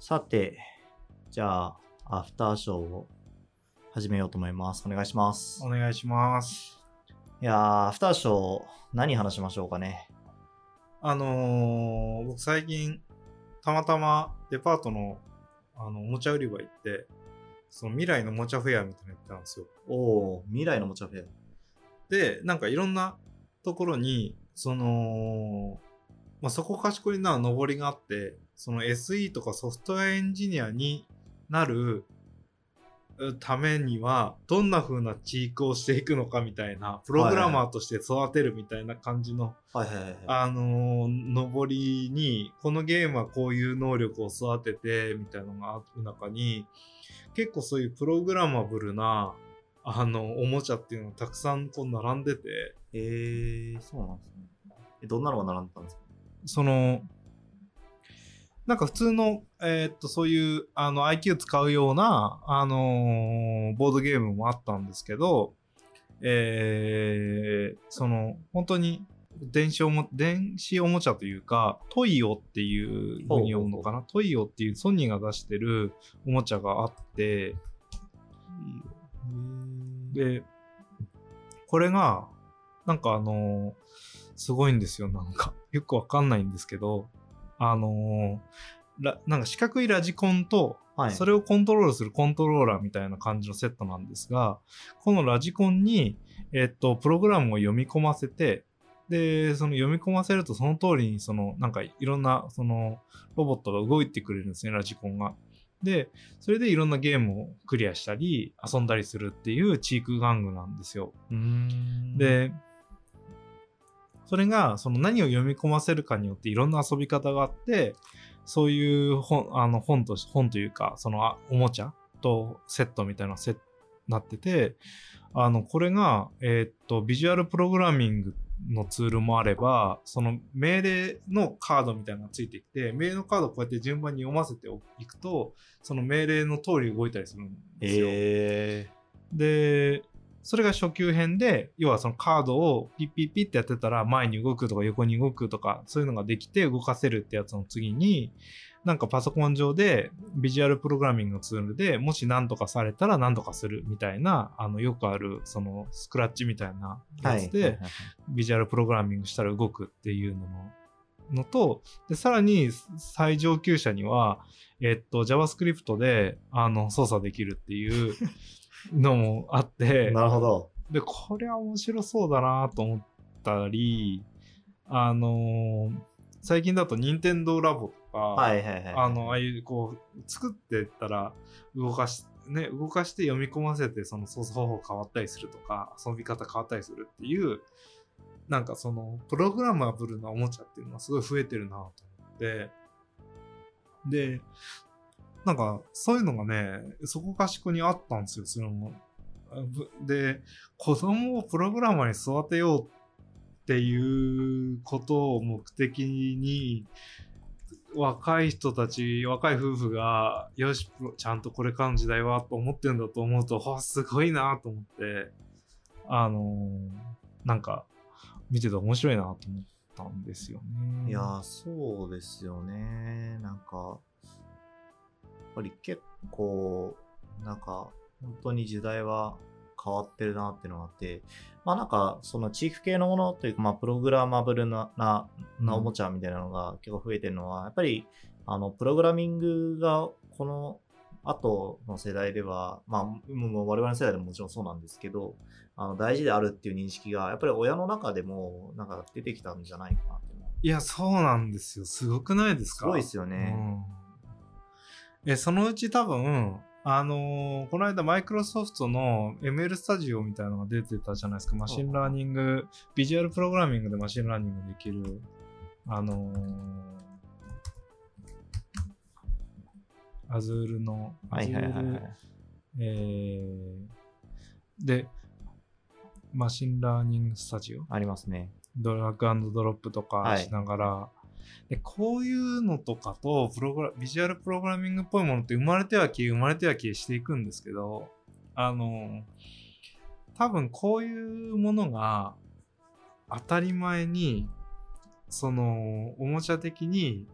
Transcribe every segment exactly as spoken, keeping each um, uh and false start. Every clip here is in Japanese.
さて、じゃあ、アフターショーを始めようと思います。お願いします。 お願いします。 いやー、アフターショー、何話しましょうかね。 あのー、僕最近、たまたまデパートの、あの、おもちゃ売り場行って、その未来のおもちゃフェアみたいなの行ったんですよ。 おー、未来のおもちゃフェア。 で、なんかいろんなところに、その、まあ、そこかしこにな上りがあって、その エスイー とかソフトウェアエンジニアになるためには、どんな風なチークをしていくのかみたいな、プログラマーとして育てるみたいな感じの、 はいはいはいはい。 あのー、上りに、このゲームはこういう能力を育てて、みたいなのがある中に、結構そういうプログラマブルな、あの、おもちゃっていうのがたくさんこう並んでて、 えー、そうなんですね。え、どんなのが並んでたんですか？ その、なんか普通の、えーっと、そういう、あの、アイキュー 使うような、あのーボードゲームもあったんですけど、えー、その、本当に、電子おも、電子おもちゃというか、トイオっていう風に読むのかな。トイオっていうソニーが出してるおもちゃがあって、で、これが、なんかあのーすごいんですよ。なんか、よくわかんないんですけど、あのーらなんか四角いラジコンと、 はい。 それをコントロールするコントローラーみたいな感じのセットなんですが、このラジコンに、えっと、プログラムを読み込ませて、で、その読み込ませるとその通りに、その、なんかいろんな、その、ロボットが動いてくれるんですね、ラジコンが。で、それでいろんなゲームをクリアしたり、遊んだりするっていうチーク玩具なんですよ。 うーん。 で、それが、その何を読み込ませるかによっていろんな遊び方があって、そういう本、あの本と、本というか、そのおもちゃとセットみたいなセットになってて、あの、これが、えーっと、ビジュアルプログラミングのツールもあれば、その命令のカードみたいなのがついてきて、命令のカードをこうやって順番に読ませていくと、その命令の通り動いたりするんですよ。 えで、それが初級編で、要はそのカードをピッピッピッってやってたら前に動くとか横に動くとかそういうのができて動かせるってやつの次に、なんかパソコン上でビジュアルプログラミングのツールでもし何とかされたら何とかするみたいな、あのよくあるそのスクラッチみたいなー、はい。 やつでビジュアルプログラミングしたら動くっていうのののと、で、さらに最上級者には、えっと、JavaScript であの操作できるっていうのもあって、 なるほど。 で、これは面白そうだなと思ったり、あのー、最近だと任天堂ラボとか、 はいはいはい。 あの、ああいうこう、作ってったら動かし、ね、動かして読み込ませてその操作方法変わったりするとか、遊び方変わったりするっていう、なんかその、プログラマブルなおもちゃっていうのがすごい増えてるなと思って、で、なんか、そういうのがね、そこかしこにあったんですよ、それも。で、子供をプログラマーに育てようっていうことを目的に、若い人たち、若い夫婦が、よし、ちゃんとこれからの時代はと思ってるんだと思うと、わ、すごいなと思って、あのー、なんか、見てて面白いなと思ったんですよね。 いやー、そうですよね。なんか、やっぱり結構、なんか、本当に時代は変わってるなっていうのがあって、まあなんか、そのチーフ系のものというか、まあプログラマブルな、な、なおもちゃみたいなのが結構増えてるのは、やっぱり、あの、プログラミングがこの後の世代では、まあ、もう我々の世代でももちろんそうなんですけど、あの、大事であるっていう認識が、やっぱり親の中でも、なんか出てきたんじゃないかなっていうのは。 いや、そうなんですよ。すごくないですか？ すごいですよね。 うんえ、そのうち多分、あのー、この間マイクロソフトの エムエル スタジオみたいなのが出てたじゃないですか。マシンラーニング、ビジュアルプログラミングでマシンラーニングできる、あのー、Azure の、 はいはいはいはい Azure、えー、で、マシンラーニングスタジオありますね。 ドラッグアンドドロップとかしながら、はい、でこういうのとかとプログラビジュアルプログラミングっぽいものって生まれては消え生まれては消えしていくんですけど、あの多分こういうものが当たり前にそのおもちゃ的に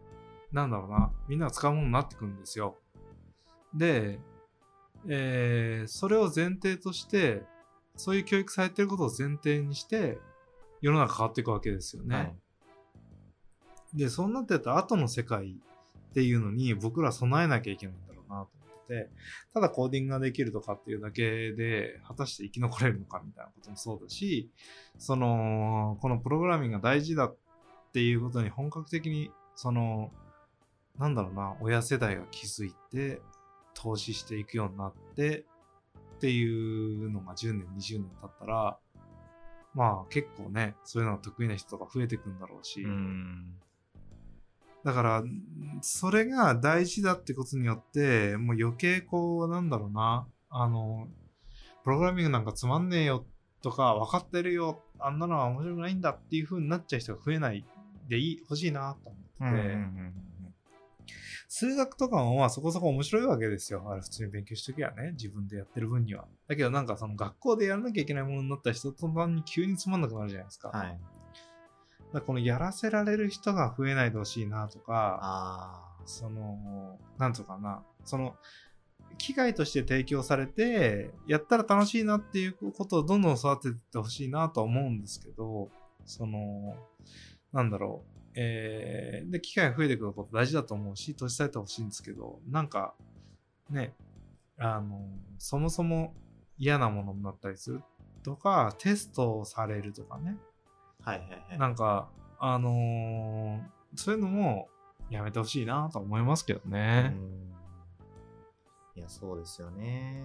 なんだろうな、みんなが使うものになってくるんですよ。で、えー、それを前提として、そういう教育されてることを前提にして、世の中変わっていくわけですよね。はい、で、そうなってた後の世界っていうのに僕ら備えなきゃいけないんだろうなと思ってて、ただコーディングができるとかっていうだけで、果たして生き残れるのかみたいなこともそうだし、その、このプログラミングが大事だっていうことに本格的に、その、なんだろうな、親世代が気づいて、投資していくようになってっていうのがじゅうねん、にじゅうねん経ったら、まあ結構ね、そういうのが得意な人が増えていくんだろうし、うんだからそれが大事だってことによって、もう余計こうなんだろうな、あのプログラミングなんかつまんねえよとか分かってるよ、あんなのは面白くないんだっていう風になっちゃう人が増えないでいい欲しいなと思ってて、うんうんうん、数学とかもまあそこそこ面白いわけですよ。あれ普通に勉強しときゃね、自分でやってる分には。だけどなんかその学校でやらなきゃいけないものになった人とたんに急につまんなくなるじゃないですか。はい、だからこのやらせられる人が増えないでほしいなとか、あその、なんとかな、その、機械として提供されて、やったら楽しいなっていうことをどんどん育てていってほしいなとは思うんですけど、その、なんだろう。えー、で、機会が増えてくること大事だと思うし、投資されてほしいんですけど、なんか、ね、あの、そもそも嫌なものになったりするとか、テストをされるとかね。はいはいはい。なんか、あのー、そういうのもやめてほしいなと思いますけどね。うん。 いや、そうですよね。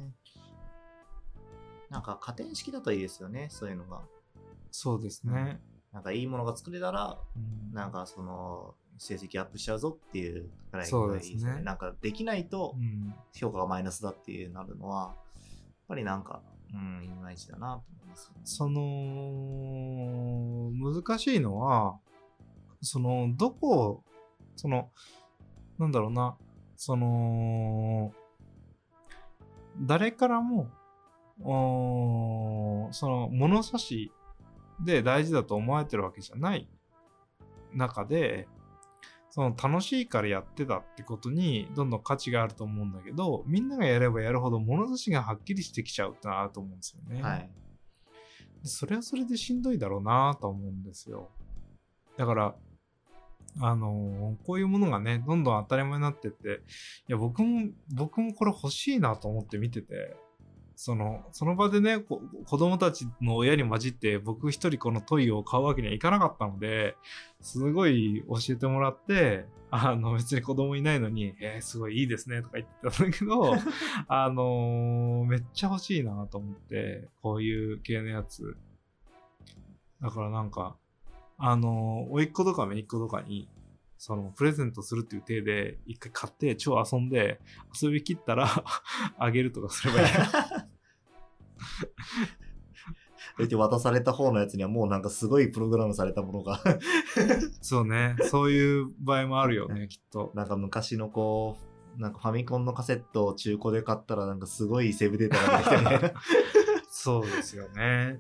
なんか加点式だといいですよね、そういうのが。 そうですね。 うんなんかいいものが作れたら、うん、なんかその成績アップしちゃうぞっていうくらいがいいですね。そうですね。なんかできないと評価がマイナスだっていうなるのは、やっぱりなんか、うん、いまいちだなと思います、ね。 その、難しいのは、その、どこ、その、なんだろうな、その、誰からも、その物差しで大事だと思われてるわけじゃない中で、その楽しいからやってたってことにどんどん価値があると思うんだけど、みんながやればやるほど物差しがはっきりしてきちゃうってのはあると思うんですよね。はい。それはそれでしんどいだろうなと思うんですよ。だから、あのー、こういうものがね、どんどん当たり前になってって、いや、僕も、僕もこれ欲しいなと思って見てて、その、その場でね、子供たちの親に混じって僕一人このトイを買うわけにはいかなかったので、すごい教えてもらって、あの別に子供いないのに、えー、すごいいいですねとか言ってたんだけど、あのー、めっちゃ欲しいなと思って、こういう系のやつ。だからなんか、あのー、甥っ子とか姪っ子とかに、そのプレゼントするっていう体で一回買って超遊んで遊び切ったらあげるとかすればいいで渡された方のやつにはもうなんかすごいプログラムされたものがそうね、そういう場合もあるよねきっと。 なんか昔のこうなんかファミコンのカセットを中古で買ったらなんかすごいセーブデータが出てきたみたいなそうですよね。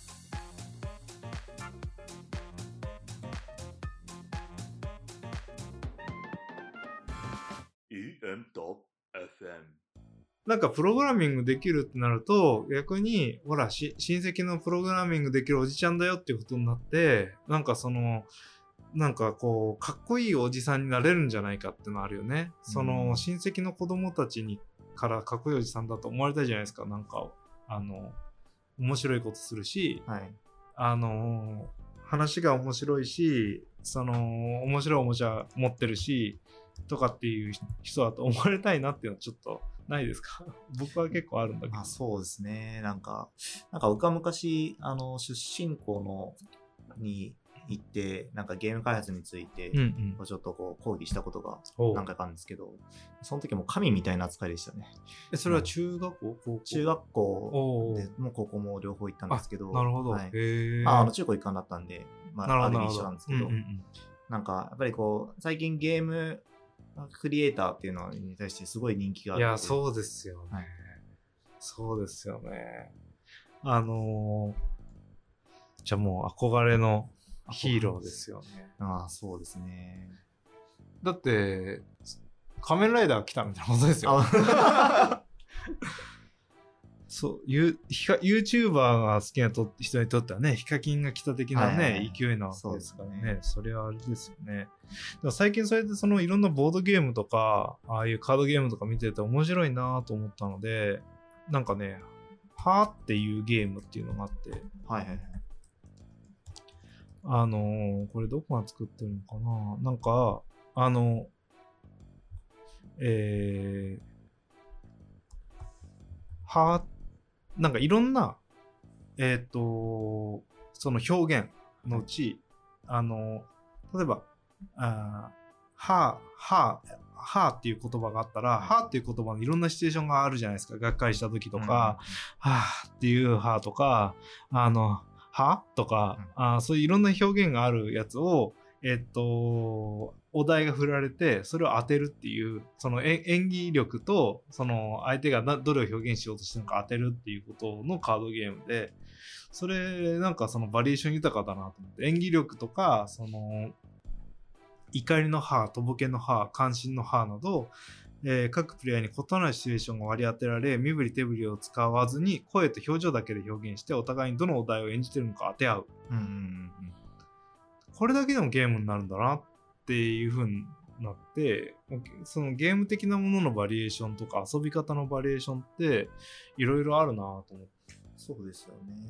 なんかプログラミングできるってなると逆にほらし親戚のプログラミングできるおじちゃんだよっていうことになってなんかそのなんかこうかっこいいおじさんになれるんじゃないかってのあるよね。その親戚の子供たちにからかっこいいおじさんだと思われたいじゃないですか。なんかあの面白いことするし、はい、あの話が面白いしその面白いおもちゃ持ってるしとかっていう人だと思われたいなっていうのはちょっとないですか？僕は結構あるんだけど。 あ、そうですね。なんか、なんか、うか昔、あの、出身校の、に行って、なんかゲーム開発について、うんうん、ちょっとこう、講義したことが何回かあるんですけど、その時も神みたいな扱いでしたね。 え、それは中学校？高校？ 中学校でも高校も両方行ったんですけど、 なるほど。 はい、へあ、あの中高一貫だったんで、まあ、ある意味一緒なんですけど、うんうんうん、なんか、やっぱりこう、最近ゲーム、クリエイターっていうのに対してすごい人気がある。 いや、そうですよね。はい、そうですよね。あのー、じゃあもう憧れのヒーローですよね。 ああ、そうですね。 だって仮面ライダー来たみたいなことですよ。そうユーチューバーが好きなと人にとってはね、ヒカキンが来た的なね、はいはい、勢いなわけですからね。 そ, ねそれはあれですよね。でも最近そうやってそのいろんなボードゲームとかああいうカードゲームとか見てて面白いなと思ったので、なんかね、はーっていうゲームっていうのがあって、 はいはいはい、 あのー、これどこが作ってるのかな、なんかあのえー、はーなんかいろんな、えっと、その表現のうち、あの、例えば、あは、は、はっていう言葉があったら、はっていう言葉のいろんなシチュエーションがあるじゃないですか。がっかりした時とか、うん、はっていうはとか、あの、はとか、うん、あそういういろんな表現があるやつを、えっと、お題が振られてそれを当てるっていう、その演技力とその相手がどれを表現しようとしてるのか当てるっていうことのカードゲームで、それなんかそのバリエーション豊かだなと思って、演技力とかその怒りの歯、とぼけの歯、関心の歯など、えー、各プレイヤーに異なるシチュエーションが割り当てられ、身振り手振りを使わずに声と表情だけで表現してお互いにどのお題を演じてるのか当て合う。うんうんうん、これだけでもゲームになるんだなっていう風になって、そのゲーム的なもののバリエーションとか遊び方のバリエーションっていろいろあるなと思って。 そうですよね。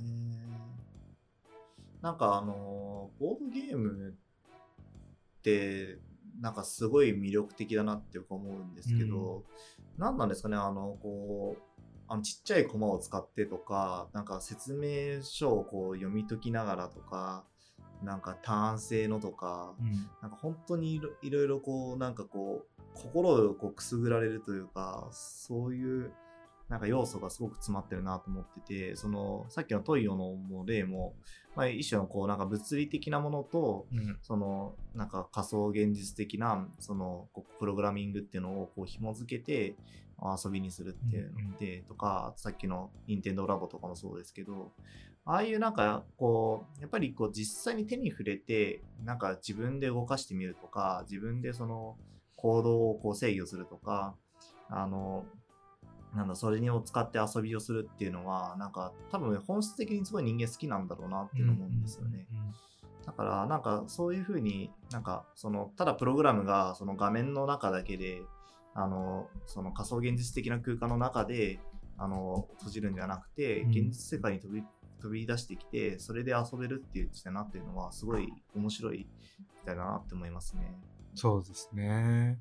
なんかあのボードゲームってなんかすごい魅力的だなってよく思うんですけど、うん、何なんですかね、あのこうあのちっちゃいコマを使ってとか、なんか説明書をこう読み解きながらとか、なんかターン制のとか、うん、なんか本当にいろいろいろこうなんかこう心をこうくすぐられるというか、そういうなんか要素がすごく詰まってるなと思ってて、そのさっきのトイオの例も、まあ、一種のこうなんか物理的なものと、うん、そのなんか仮想現実的なそのこうプログラミングっていうのをこう紐付けて遊びにするっていうので、うん、とかさっきの任天堂ラボとかもそうですけど、ああいうなんかこうやっぱりこう実際に手に触れてなんか自分で動かしてみるとか、自分でその行動をこう制御するとか、あのなんだそれを使って遊びをするっていうのはなんか多分本質的にすごい人間好きなんだろうなっていうの思うんですよね。だからなんかそういう風になんかそのただプログラムがその画面の中だけであのその仮想現実的な空間の中であの閉じるんじゃなくて、現実世界に飛び飛び出してきてそれで遊べるっていう時代だなっていうのはすごい面白い時代だなって思いますね。 そうですね。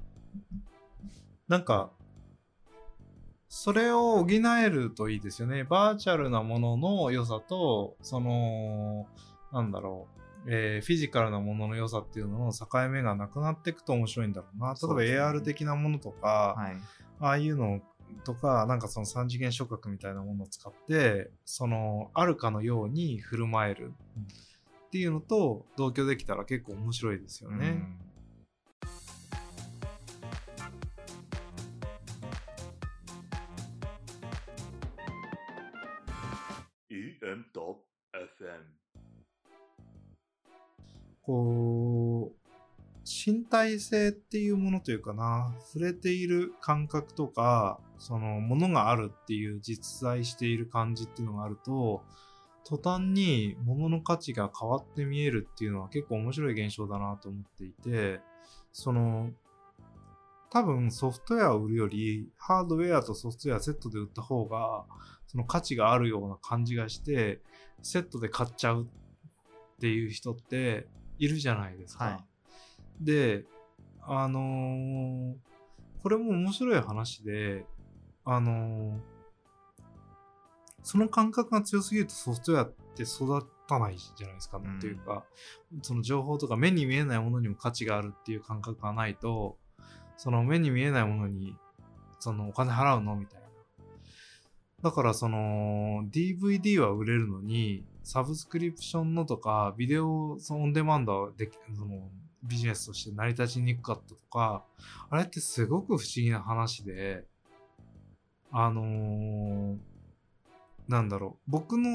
なんかそれを補えるといいですよね。バーチャルなものの良さと、その、なんだろう、えー、フィジカルなものの良さっていうのの境目がなくなっていくと面白いんだろうな。例えば エーアール 的なものとか、はい、ああいうのとか、なんかその三次元触覚みたいなものを使って、その、あるかのように振る舞えるっていうのと同居できたら結構面白いですよね。うん、エフエム こう身体性っていうものというかな、触れている感覚とかそのものがあるっていう実在している感じっていうのがあると、途端に物の価値が変わって見えるっていうのは結構面白い現象だなと思っていて、その多分ソフトウェアを売るよりハードウェアとソフトウェアセットで売った方がその価値があるような感じがして、セットで買っちゃうっていう人っているじゃないですか。はい、で、あのー、これも面白い話で、あのー、その感覚が強すぎるとソフトウェアって育たないじゃないですか、うん、っていうか、その情報とか目に見えないものにも価値があるっていう感覚がないと、その目に見えないものにそのお金払うのみたいな。だからその ディーブイディー は売れるのにサブスクリプションのとかビデオそのオンデマンドでそのビジネスとして成り立ちにくかったとか、あれってすごく不思議な話で、あのー、なんだろう、僕の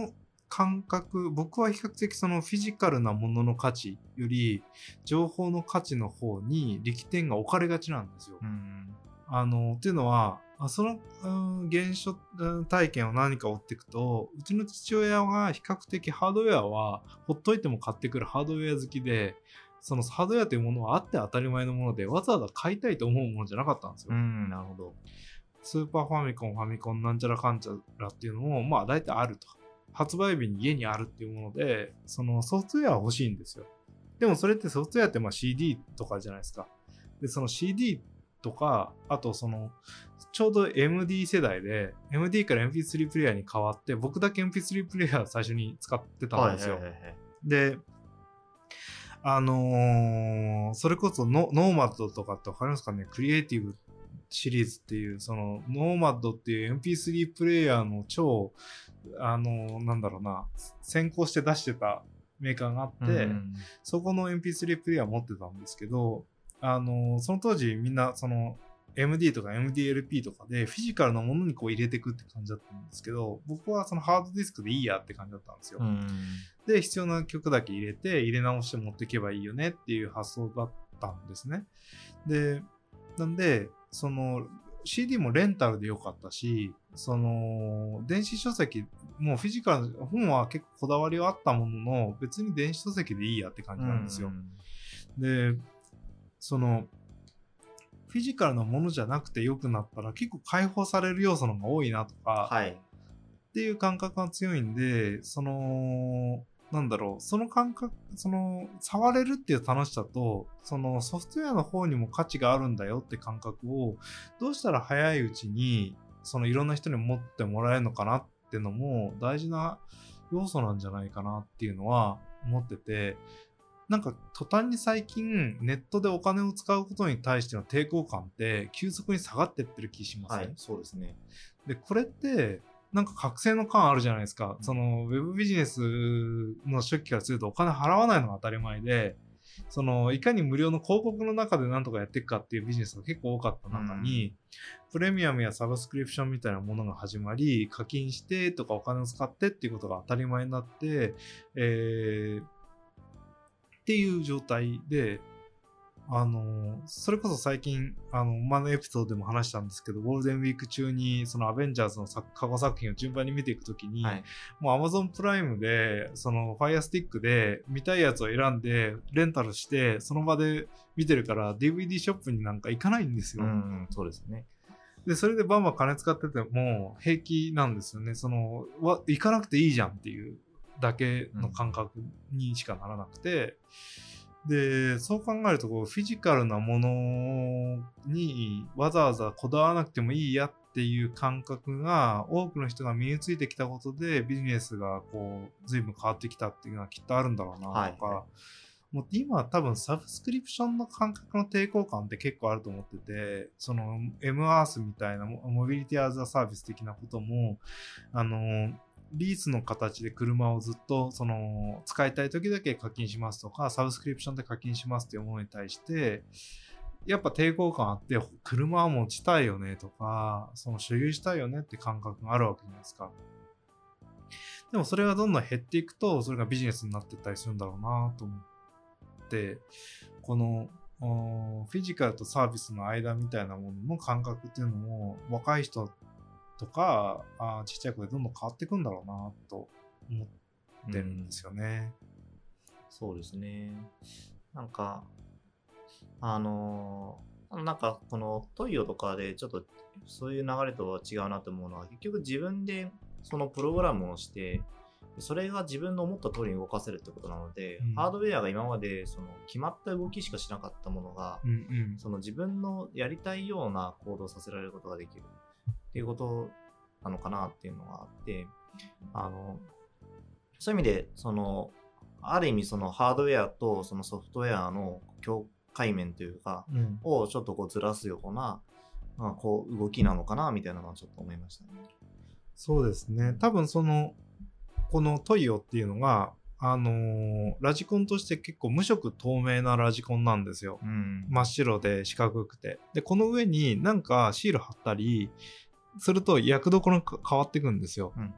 感覚、僕は比較的そのフィジカルなものの価値より情報の価値の方に力点が置かれがちなんですよ。 うん。 あのっていうのはその、うん、原初体験を何か追っていくと、うちの父親は比較的ハードウェアはほっといても買ってくるハードウェア好きで、そのハードウェアというものはあって当たり前のもので、わざわざ買いたいと思うものじゃなかったんですよ。 うん、なるほど。 スーパーファミコン、ファミコン、なんちゃらかんちゃらっていうのも、まあ大体あると。発売日に家にあるっていうもので、そのソフトウェアは欲しいんですよ。でもそれってソフトウェアってまあ シーディー とかじゃないですか。で、その シーディー とか、あとその、ちょうど エムディー 世代で、エムディー から エムピースリー プレイヤーに変わって、僕だけ エムピースリー プレイヤー最初に使ってたんですよ。 はいはいはいはい、 で、あのー、それこそノノーマッドとかってわかりますかね？クリエイティブシリーズっていう、そのノーマッドっていう エムピースリー プレイヤーの超、あのー、なんだろうな、先行して出してたメーカーがあって、うん、そこの エムピースリー プレイヤー持ってたんですけど、あのー、その当時みんなその エムディー とか エムディーエルピー とかでフィジカルなものにこう入れていくって感じだったんですけど、僕はそのハードディスクでいいやって感じだったんですよ。うん、で、必要な曲だけ入れて入れ直して持っていけばいいよねっていう発想だったんですね。で、なんでその シーディー もレンタルでよかったし、その電子書籍もうフィジカル本は結構こだわりはあったものの、別に電子書籍でいいやって感じなんですよ。うん、で、そのフィジカルなものじゃなくて良くなったら結構解放される要素の方が多いなとか、はい、っていう感覚が強いんで、そのなんだろう、その感覚、その触れるっていう楽しさと、そのソフトウェアの方にも価値があるんだよって感覚をどうしたら早いうちにそのいろんな人に持ってもらえるのかなっていうのも大事な要素なんじゃないかなっていうのは思ってて、なんか途端に最近ネットでお金を使うことに対しての抵抗感って急速に下がってってる気しますね。 はい、そうですね。 で、これってなんか覚醒の感あるじゃないですか。そのウェブビジネスの初期からするとお金払わないのが当たり前で、そのいかに無料の広告の中でなんとかやっていくかっていうビジネスが結構多かった中に、うん、プレミアムやサブスクリプションみたいなものが始まり、課金してとかお金を使ってっていうことが当たり前になって、えーっていう状態で、あのそれこそ最近あの前のエピソードでも話したんですけど、ゴールデンウィーク中にそのアベンジャーズの過去作品を順番に見ていくときに、はい、もう Amazon プライムでその Fire Stick で見たいやつを選んでレンタルしてその場で見てるから ディーブイディー ショップになんか行かないんですよ。 うん、そうですね。 でそれでバンバン金使ってても平気なんですよね。そのわ行かなくていいじゃんっていうだけの感覚にしかならなくて、うん、でそう考えるとこうフィジカルなものにわざわざこだわらなくてもいいやっていう感覚が多くの人が身についてきたことでビジネスがこう随分変わってきたっていうのはきっとあるんだろうなとか、はい、もう今多分サブスクリプションの感覚の抵抗感って結構あると思ってて、その エムアース みたいなモビリティアズアサービス的なこともあのリースの形で車をずっとその使いたい時だけ課金しますとか、サブスクリプションで課金しますっていうものに対してやっぱ抵抗感あって、車は持ちたいよねとか、その所有したいよねって感覚があるわけじゃないですか。でもそれがどんどん減っていくと、それがビジネスになっていったりするんだろうなと思って、このフィジカルとサービスの間みたいなものの感覚っていうのも若い人とかあちっちゃい子でどんどん変わっていくんだろうなと思ってるんですよね。 うん、そうですね。なんかあのー、なんかこのトイヨとかでちょっとそういう流れとは違うなと思うのは、結局自分でそのプログラムをしてそれが自分の思った通りに動かせるってことなので、うん、ハードウェアが今までその決まった動きしかしなかったものが、うんうん、その自分のやりたいような行動をさせられることができるっていうことなのかなっていうのがあって、あのそういう意味でそのある意味そのハードウェアとそのソフトウェアの境界面というか、うん、をちょっとこうずらすような、まあ、こう動きなのかなみたいなのはちょっと思いましたね。 そうですね。多分そのこのトイヨっていうのがあのー、ラジコンとして結構無色透明なラジコンなんですよ、うん、真っ白で四角くて、でこの上になんかシール貼ったりすると役どころが変わっていくんですよ、うんうん、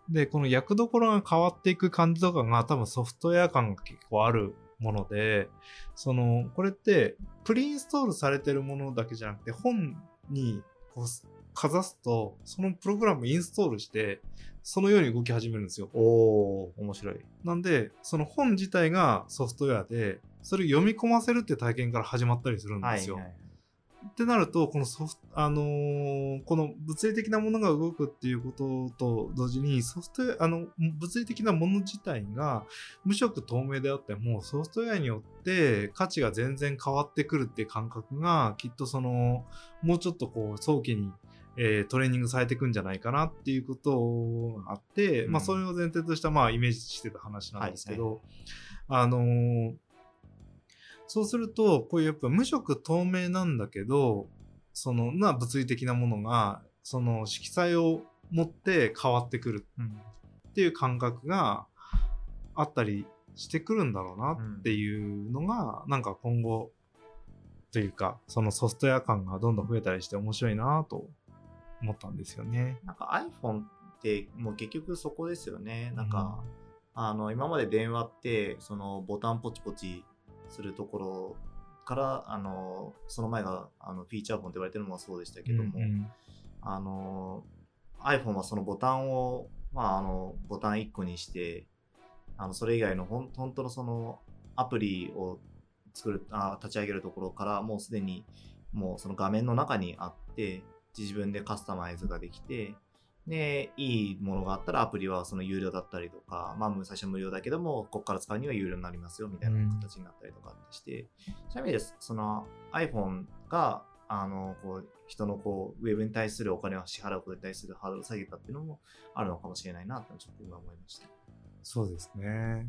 で、この役どころが変わっていく感じとかが多分ソフトウェア感が結構あるもので、その、これってプリインストールされてるものだけじゃなくて、本にこうかざすと、そのプログラムをインストールして、そのように動き始めるんですよ。 おー、面白い。 なんで、その本自体がソフトウェアで、それを読み込ませるって体験から始まったりするんですよ。 はいはい、 ってなると、このソフト、あのー、この物理的なものが動くっていうことと同時に、ソフトウェア、あの、物理的なもの自体が無色透明であっても、ソフトウェアによって価値が全然変わってくるっていう感覚が、きっとその、もうちょっとこう、早期に、えー、トレーニングされていくんじゃないかなっていうことがあって、うん、まあ、それを前提とした、まあ、イメージしてた話なんですけど、はいはい、あのー、そうすると、こういうやっぱ無色透明なんだけど、その、な物理的なものが、その色彩を持って変わってくるっていう感覚があったりしてくるんだろうなっていうのが、なんか今後というか、そのソフトウェア感がどんどん増えたりして面白いなと思ったんですよね。 なんか iPhone ってもう結局そこですよね。なんか、うん、あの、今まで電話って、そのボタンポチポチするところからあのその前があのフィーチャーフォンと言われてるのもそうでしたけども、うんうん、あの iPhone はそのボタンを、まあ、あのボタンいっこにしてあのそれ以外のほん本当のそのアプリを作るあ立ち上げるところからもうすでにもうその画面の中にあって自分でカスタマイズができて、で、いいものがあったらアプリはその有料だったりとか、まあ最初無料だけども、ここから使うには有料になりますよみたいな形になったりとかってして、そういう意味で、その iPhone が、あの、こう、人のこう、ウェブに対するお金を支払うことに対するハードルを下げたっていうのもあるのかもしれないなとちょっと今思いました。 そうですね。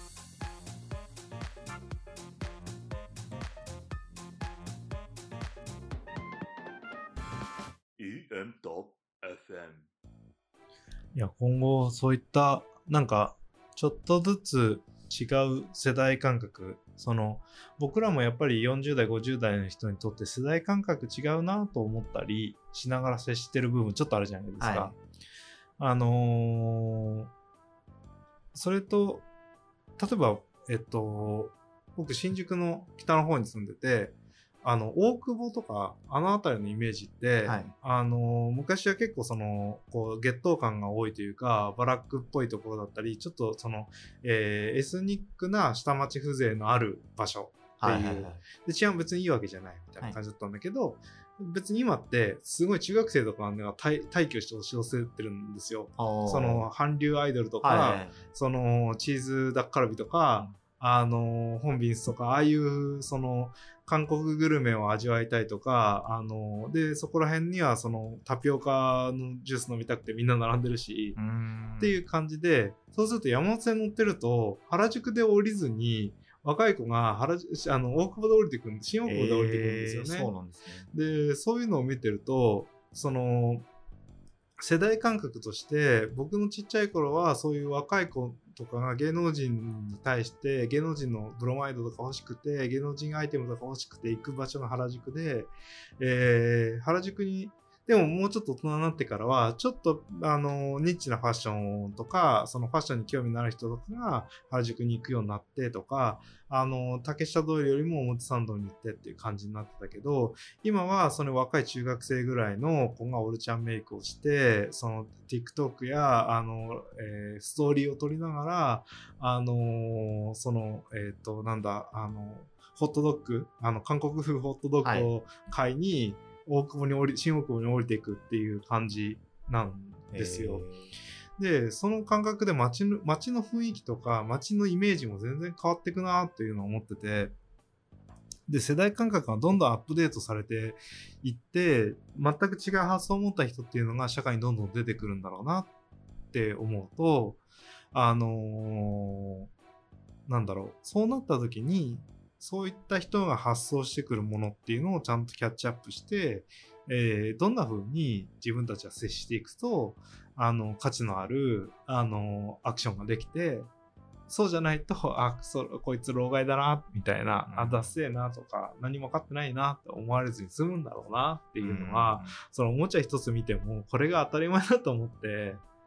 イーエムドットエフエム いや、今後そういったなんかちょっとずつ違う世代感覚、その僕らもやっぱりよんじゅう代ごじゅう代の人にとって世代感覚違うなと思ったりしながら接してる部分ちょっとあるじゃないですか、はい、あのー、それと例えばえっと僕新宿の北の方に住んでて、あの大久保とかあの辺りのイメージって、はい、あの昔は結構そのこうゲットー感が多いというかバラックっぽいところだったりちょっとその、えー、エスニックな下町風情のある場所っていう、はいはいはい、で治安別にいいわけじゃないみたいな感じだったんだけど、はい、別に今ってすごい中学生とかが退去して押し寄せてるんですよ。その韓流アイドルとか、はいはいはい、そのチーズダッカルビとか、うん、あの本ビンスとかああいうその韓国グルメを味わいたいとか、あのでそこら辺にはそのタピオカのジュース飲みたくてみんな並んでるしっていう感じで、そうすると山手線乗ってると原宿で降りずに若い子が原宿あの大久保で降りてくるんで新大久保で降りてくるんですよね。 えー、そうなんですね。でそういうのを見てるとその世代感覚として僕のちっちゃい頃はそういう若い子とかが芸能人に対して芸能人のブロマイドとか欲しくて芸能人アイテムとか欲しくて行く場所が原宿で、えー、原宿にでももうちょっと大人になってからはちょっとあのニッチなファッションとかそのファッションに興味のある人とかが原宿に行くようになってとか、あの竹下通りよりも表参道に行ってっていう感じになってたけど、今はその若い中学生ぐらいの子がオルちゃんメイクをしてその TikTok やあの、えー、ストーリーを撮りながらあのそのえっとなんだあのホットドッグあの韓国風ホットドッグを買いに、はい大久保に降り新大久保に降りていくっていう感じなんですよ。でその感覚で街の街の雰囲気とか街のイメージも全然変わっていくなっていうのを思ってて、で世代感覚がどんどんアップデートされていって全く違う発想を持った人っていうのが社会にどんどん出てくるんだろうなって思うと、あのー、なんだろうそうなった時にそういった人が発想してくるものっていうのをちゃんとキャッチアップして、えー、どんな風に自分たちは接していくとあの価値のあるあのアクションができて、そうじゃないとあそこいつ老害だなみたいな、うん、あダッセーなとか何も分かってないなって思われずに済むんだろうなっていうのは、うん、そのおもちゃ一つ見てもこれが当たり前だと思って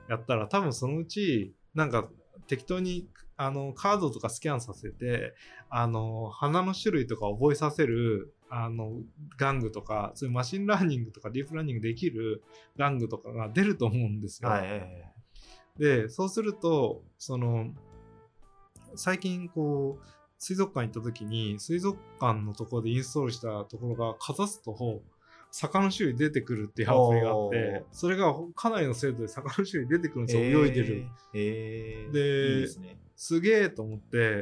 やったら多分そのうちなんか適当にあのカードとかスキャンさせてあの花の種類とか覚えさせるあの玩具とかそういうマシンラーニングとかディープラーニングできる玩具とかが出ると思うんですよ。 はいはいはい。 でそうするとその最近こう水族館行った時に水族館のところでインストールしたところがかざすと魚の種類出てくるっていうアプリがあって、それがかなりの精度で魚の種類出てくるんですよ、えー、泳いでる。 えー、 で、 いいですね。 すげえと思って、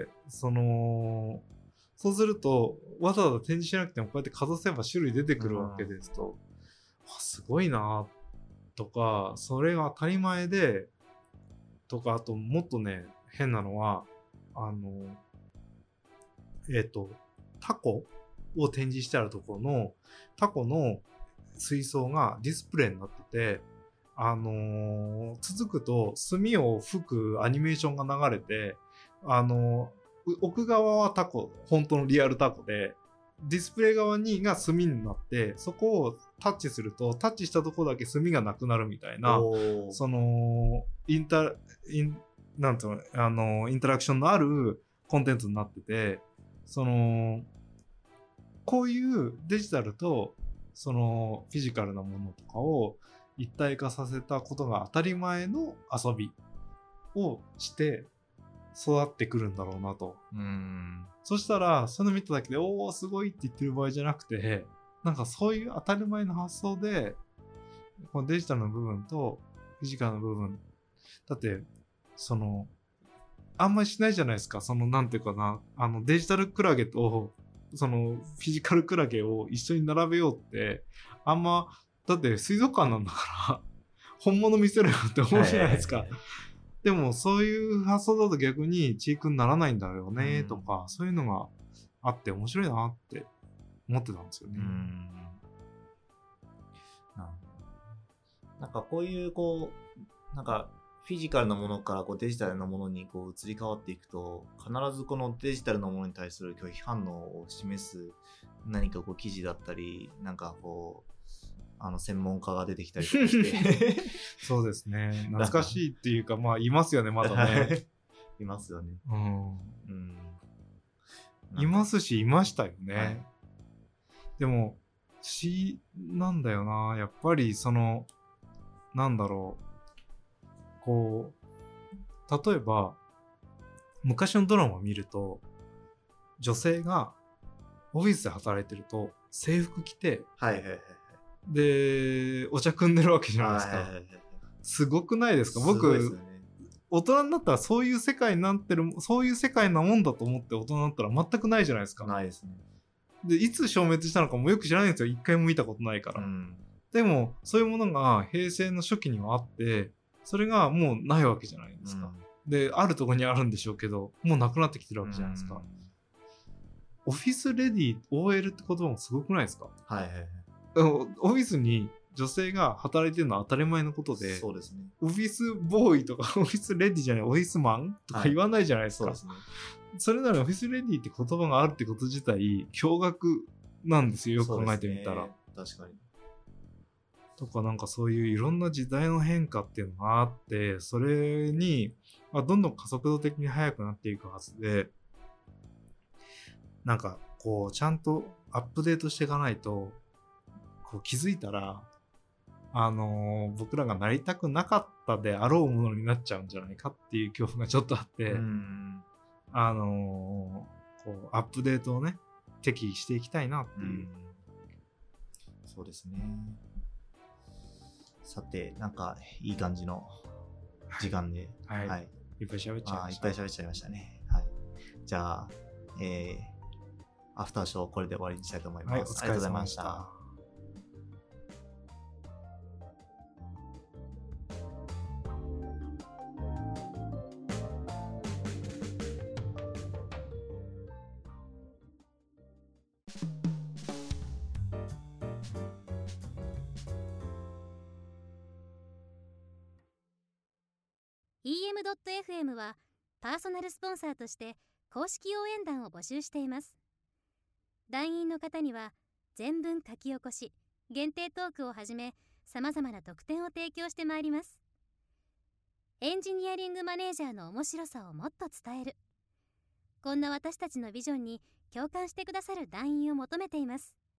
そのそうするとわざわざ展示しなくてもこうやってかざせば種類出てくるわけですと、うん、すごいなとか、それが当たり前でとか、あともっとね変なのはあのえっとタコを展示してあるところのタコの水槽がディスプレイになってて、あのー、続くと墨を吹くアニメーションが流れて、あのー、奥側はタコ、本当のリアルタコで、ディスプレイ側にが墨になって、そこをタッチするとタッチしたところだけ墨がなくなるみたいな、そのインタインなんていうの、あのー、インタラクションのあるコンテンツになってて、そのこういうデジタルとそのフィジカルなものとかを一体化させたことが当たり前の遊びをして育ってくるんだろうなと。 うーん、 そしたらそういうの見ただけでおーすごいって言ってる場合じゃなくて、なんかそういう当たり前の発想でこのデジタルの部分とフィジカルの部分だってそのあんまりしないじゃないですか。そのなんていうかな、あのデジタルクラゲとそのフィジカルクラゲを一緒に並べようってあんま、だって水族館なんだから本物見せろよって思うじゃないですか、はいはいはい、でもそういう発想だと逆にチークにならないんだよねとか、うん、そういうのがあって面白いなって思ってたんですよね。うん、 なんかこういうこうなんかフィジカルなものからこうデジタルなものにこう移り変わっていくと、必ずこのデジタルなものに対する拒否反応を示す何かこう記事だったり、なんかこうあの専門家が出てきたりとかしてそうですね、懐かしいっていうかまあいますよね、まだねいますよね、 うん、うん、いますしいましたよね、はい、でも不思議なんだよな、やっぱりそのなんだろう、こう例えば昔のドラマを見ると女性がオフィスで働いてると制服着て、 はいはいはい、 でお茶汲んでるわけじゃないですか、はいはいはい、すごくないですか。僕ですよ、ね、大人になったらそういう世界になってる、そういう世界なもんだと思って大人になったら全くないじゃないですか。 ないですね。 でいつ消滅したのかもよく知らないんですよ、一回も見たことないから、うん、でもそういうものが平成の初期にはあって、それがもうないわけじゃないですか、うん、であるところにあるんでしょうけどもうなくなってきてるわけじゃないですか、うん、オフィスレディ オーエル って言葉もすごくないですか。 はいはいはい、 オフィスに女性が働いてるのは当たり前のことで、 そうですね、 オフィスボーイとかオフィスレディじゃない、オフィスマンとか言わないじゃないですか、はい、そうですね、それならオフィスレディって言葉があるってこと自体驚愕なんですよ、よく考えてみたら、ね、 確かにとか、なんかそういういろんな時代の変化っていうのがあって、それに、まあ、どんどん加速度的に速くなっていくはずで、なんかこうちゃんとアップデートしていかないと、こう気づいたらあのー、僕らがなりたくなかったであろうものになっちゃうんじゃないかっていう恐怖がちょっとあって、うん、あのー、こうアップデートをね適宜していきたいなっていう、うん、 そうですね。さて、なんかいい感じの時間で、 はい、はい、いっぱい喋っちゃいました。 いっぱい喋っちゃいましたね。はい。じゃあ、えー、アフターショーこれで終わりにしたいと思います。はい、お疲れ様でした。 イーエムドットエフエム はパーソナルスポンサーとして公式応援団を募集しています。団員の方には全文書き起こし、限定トークをはじめ様々な特典を提供してまいります。 エンジニアリングマネージャーの面白さをもっと伝える。こんな私たちのビジョンに共感してくださる団員を求めています。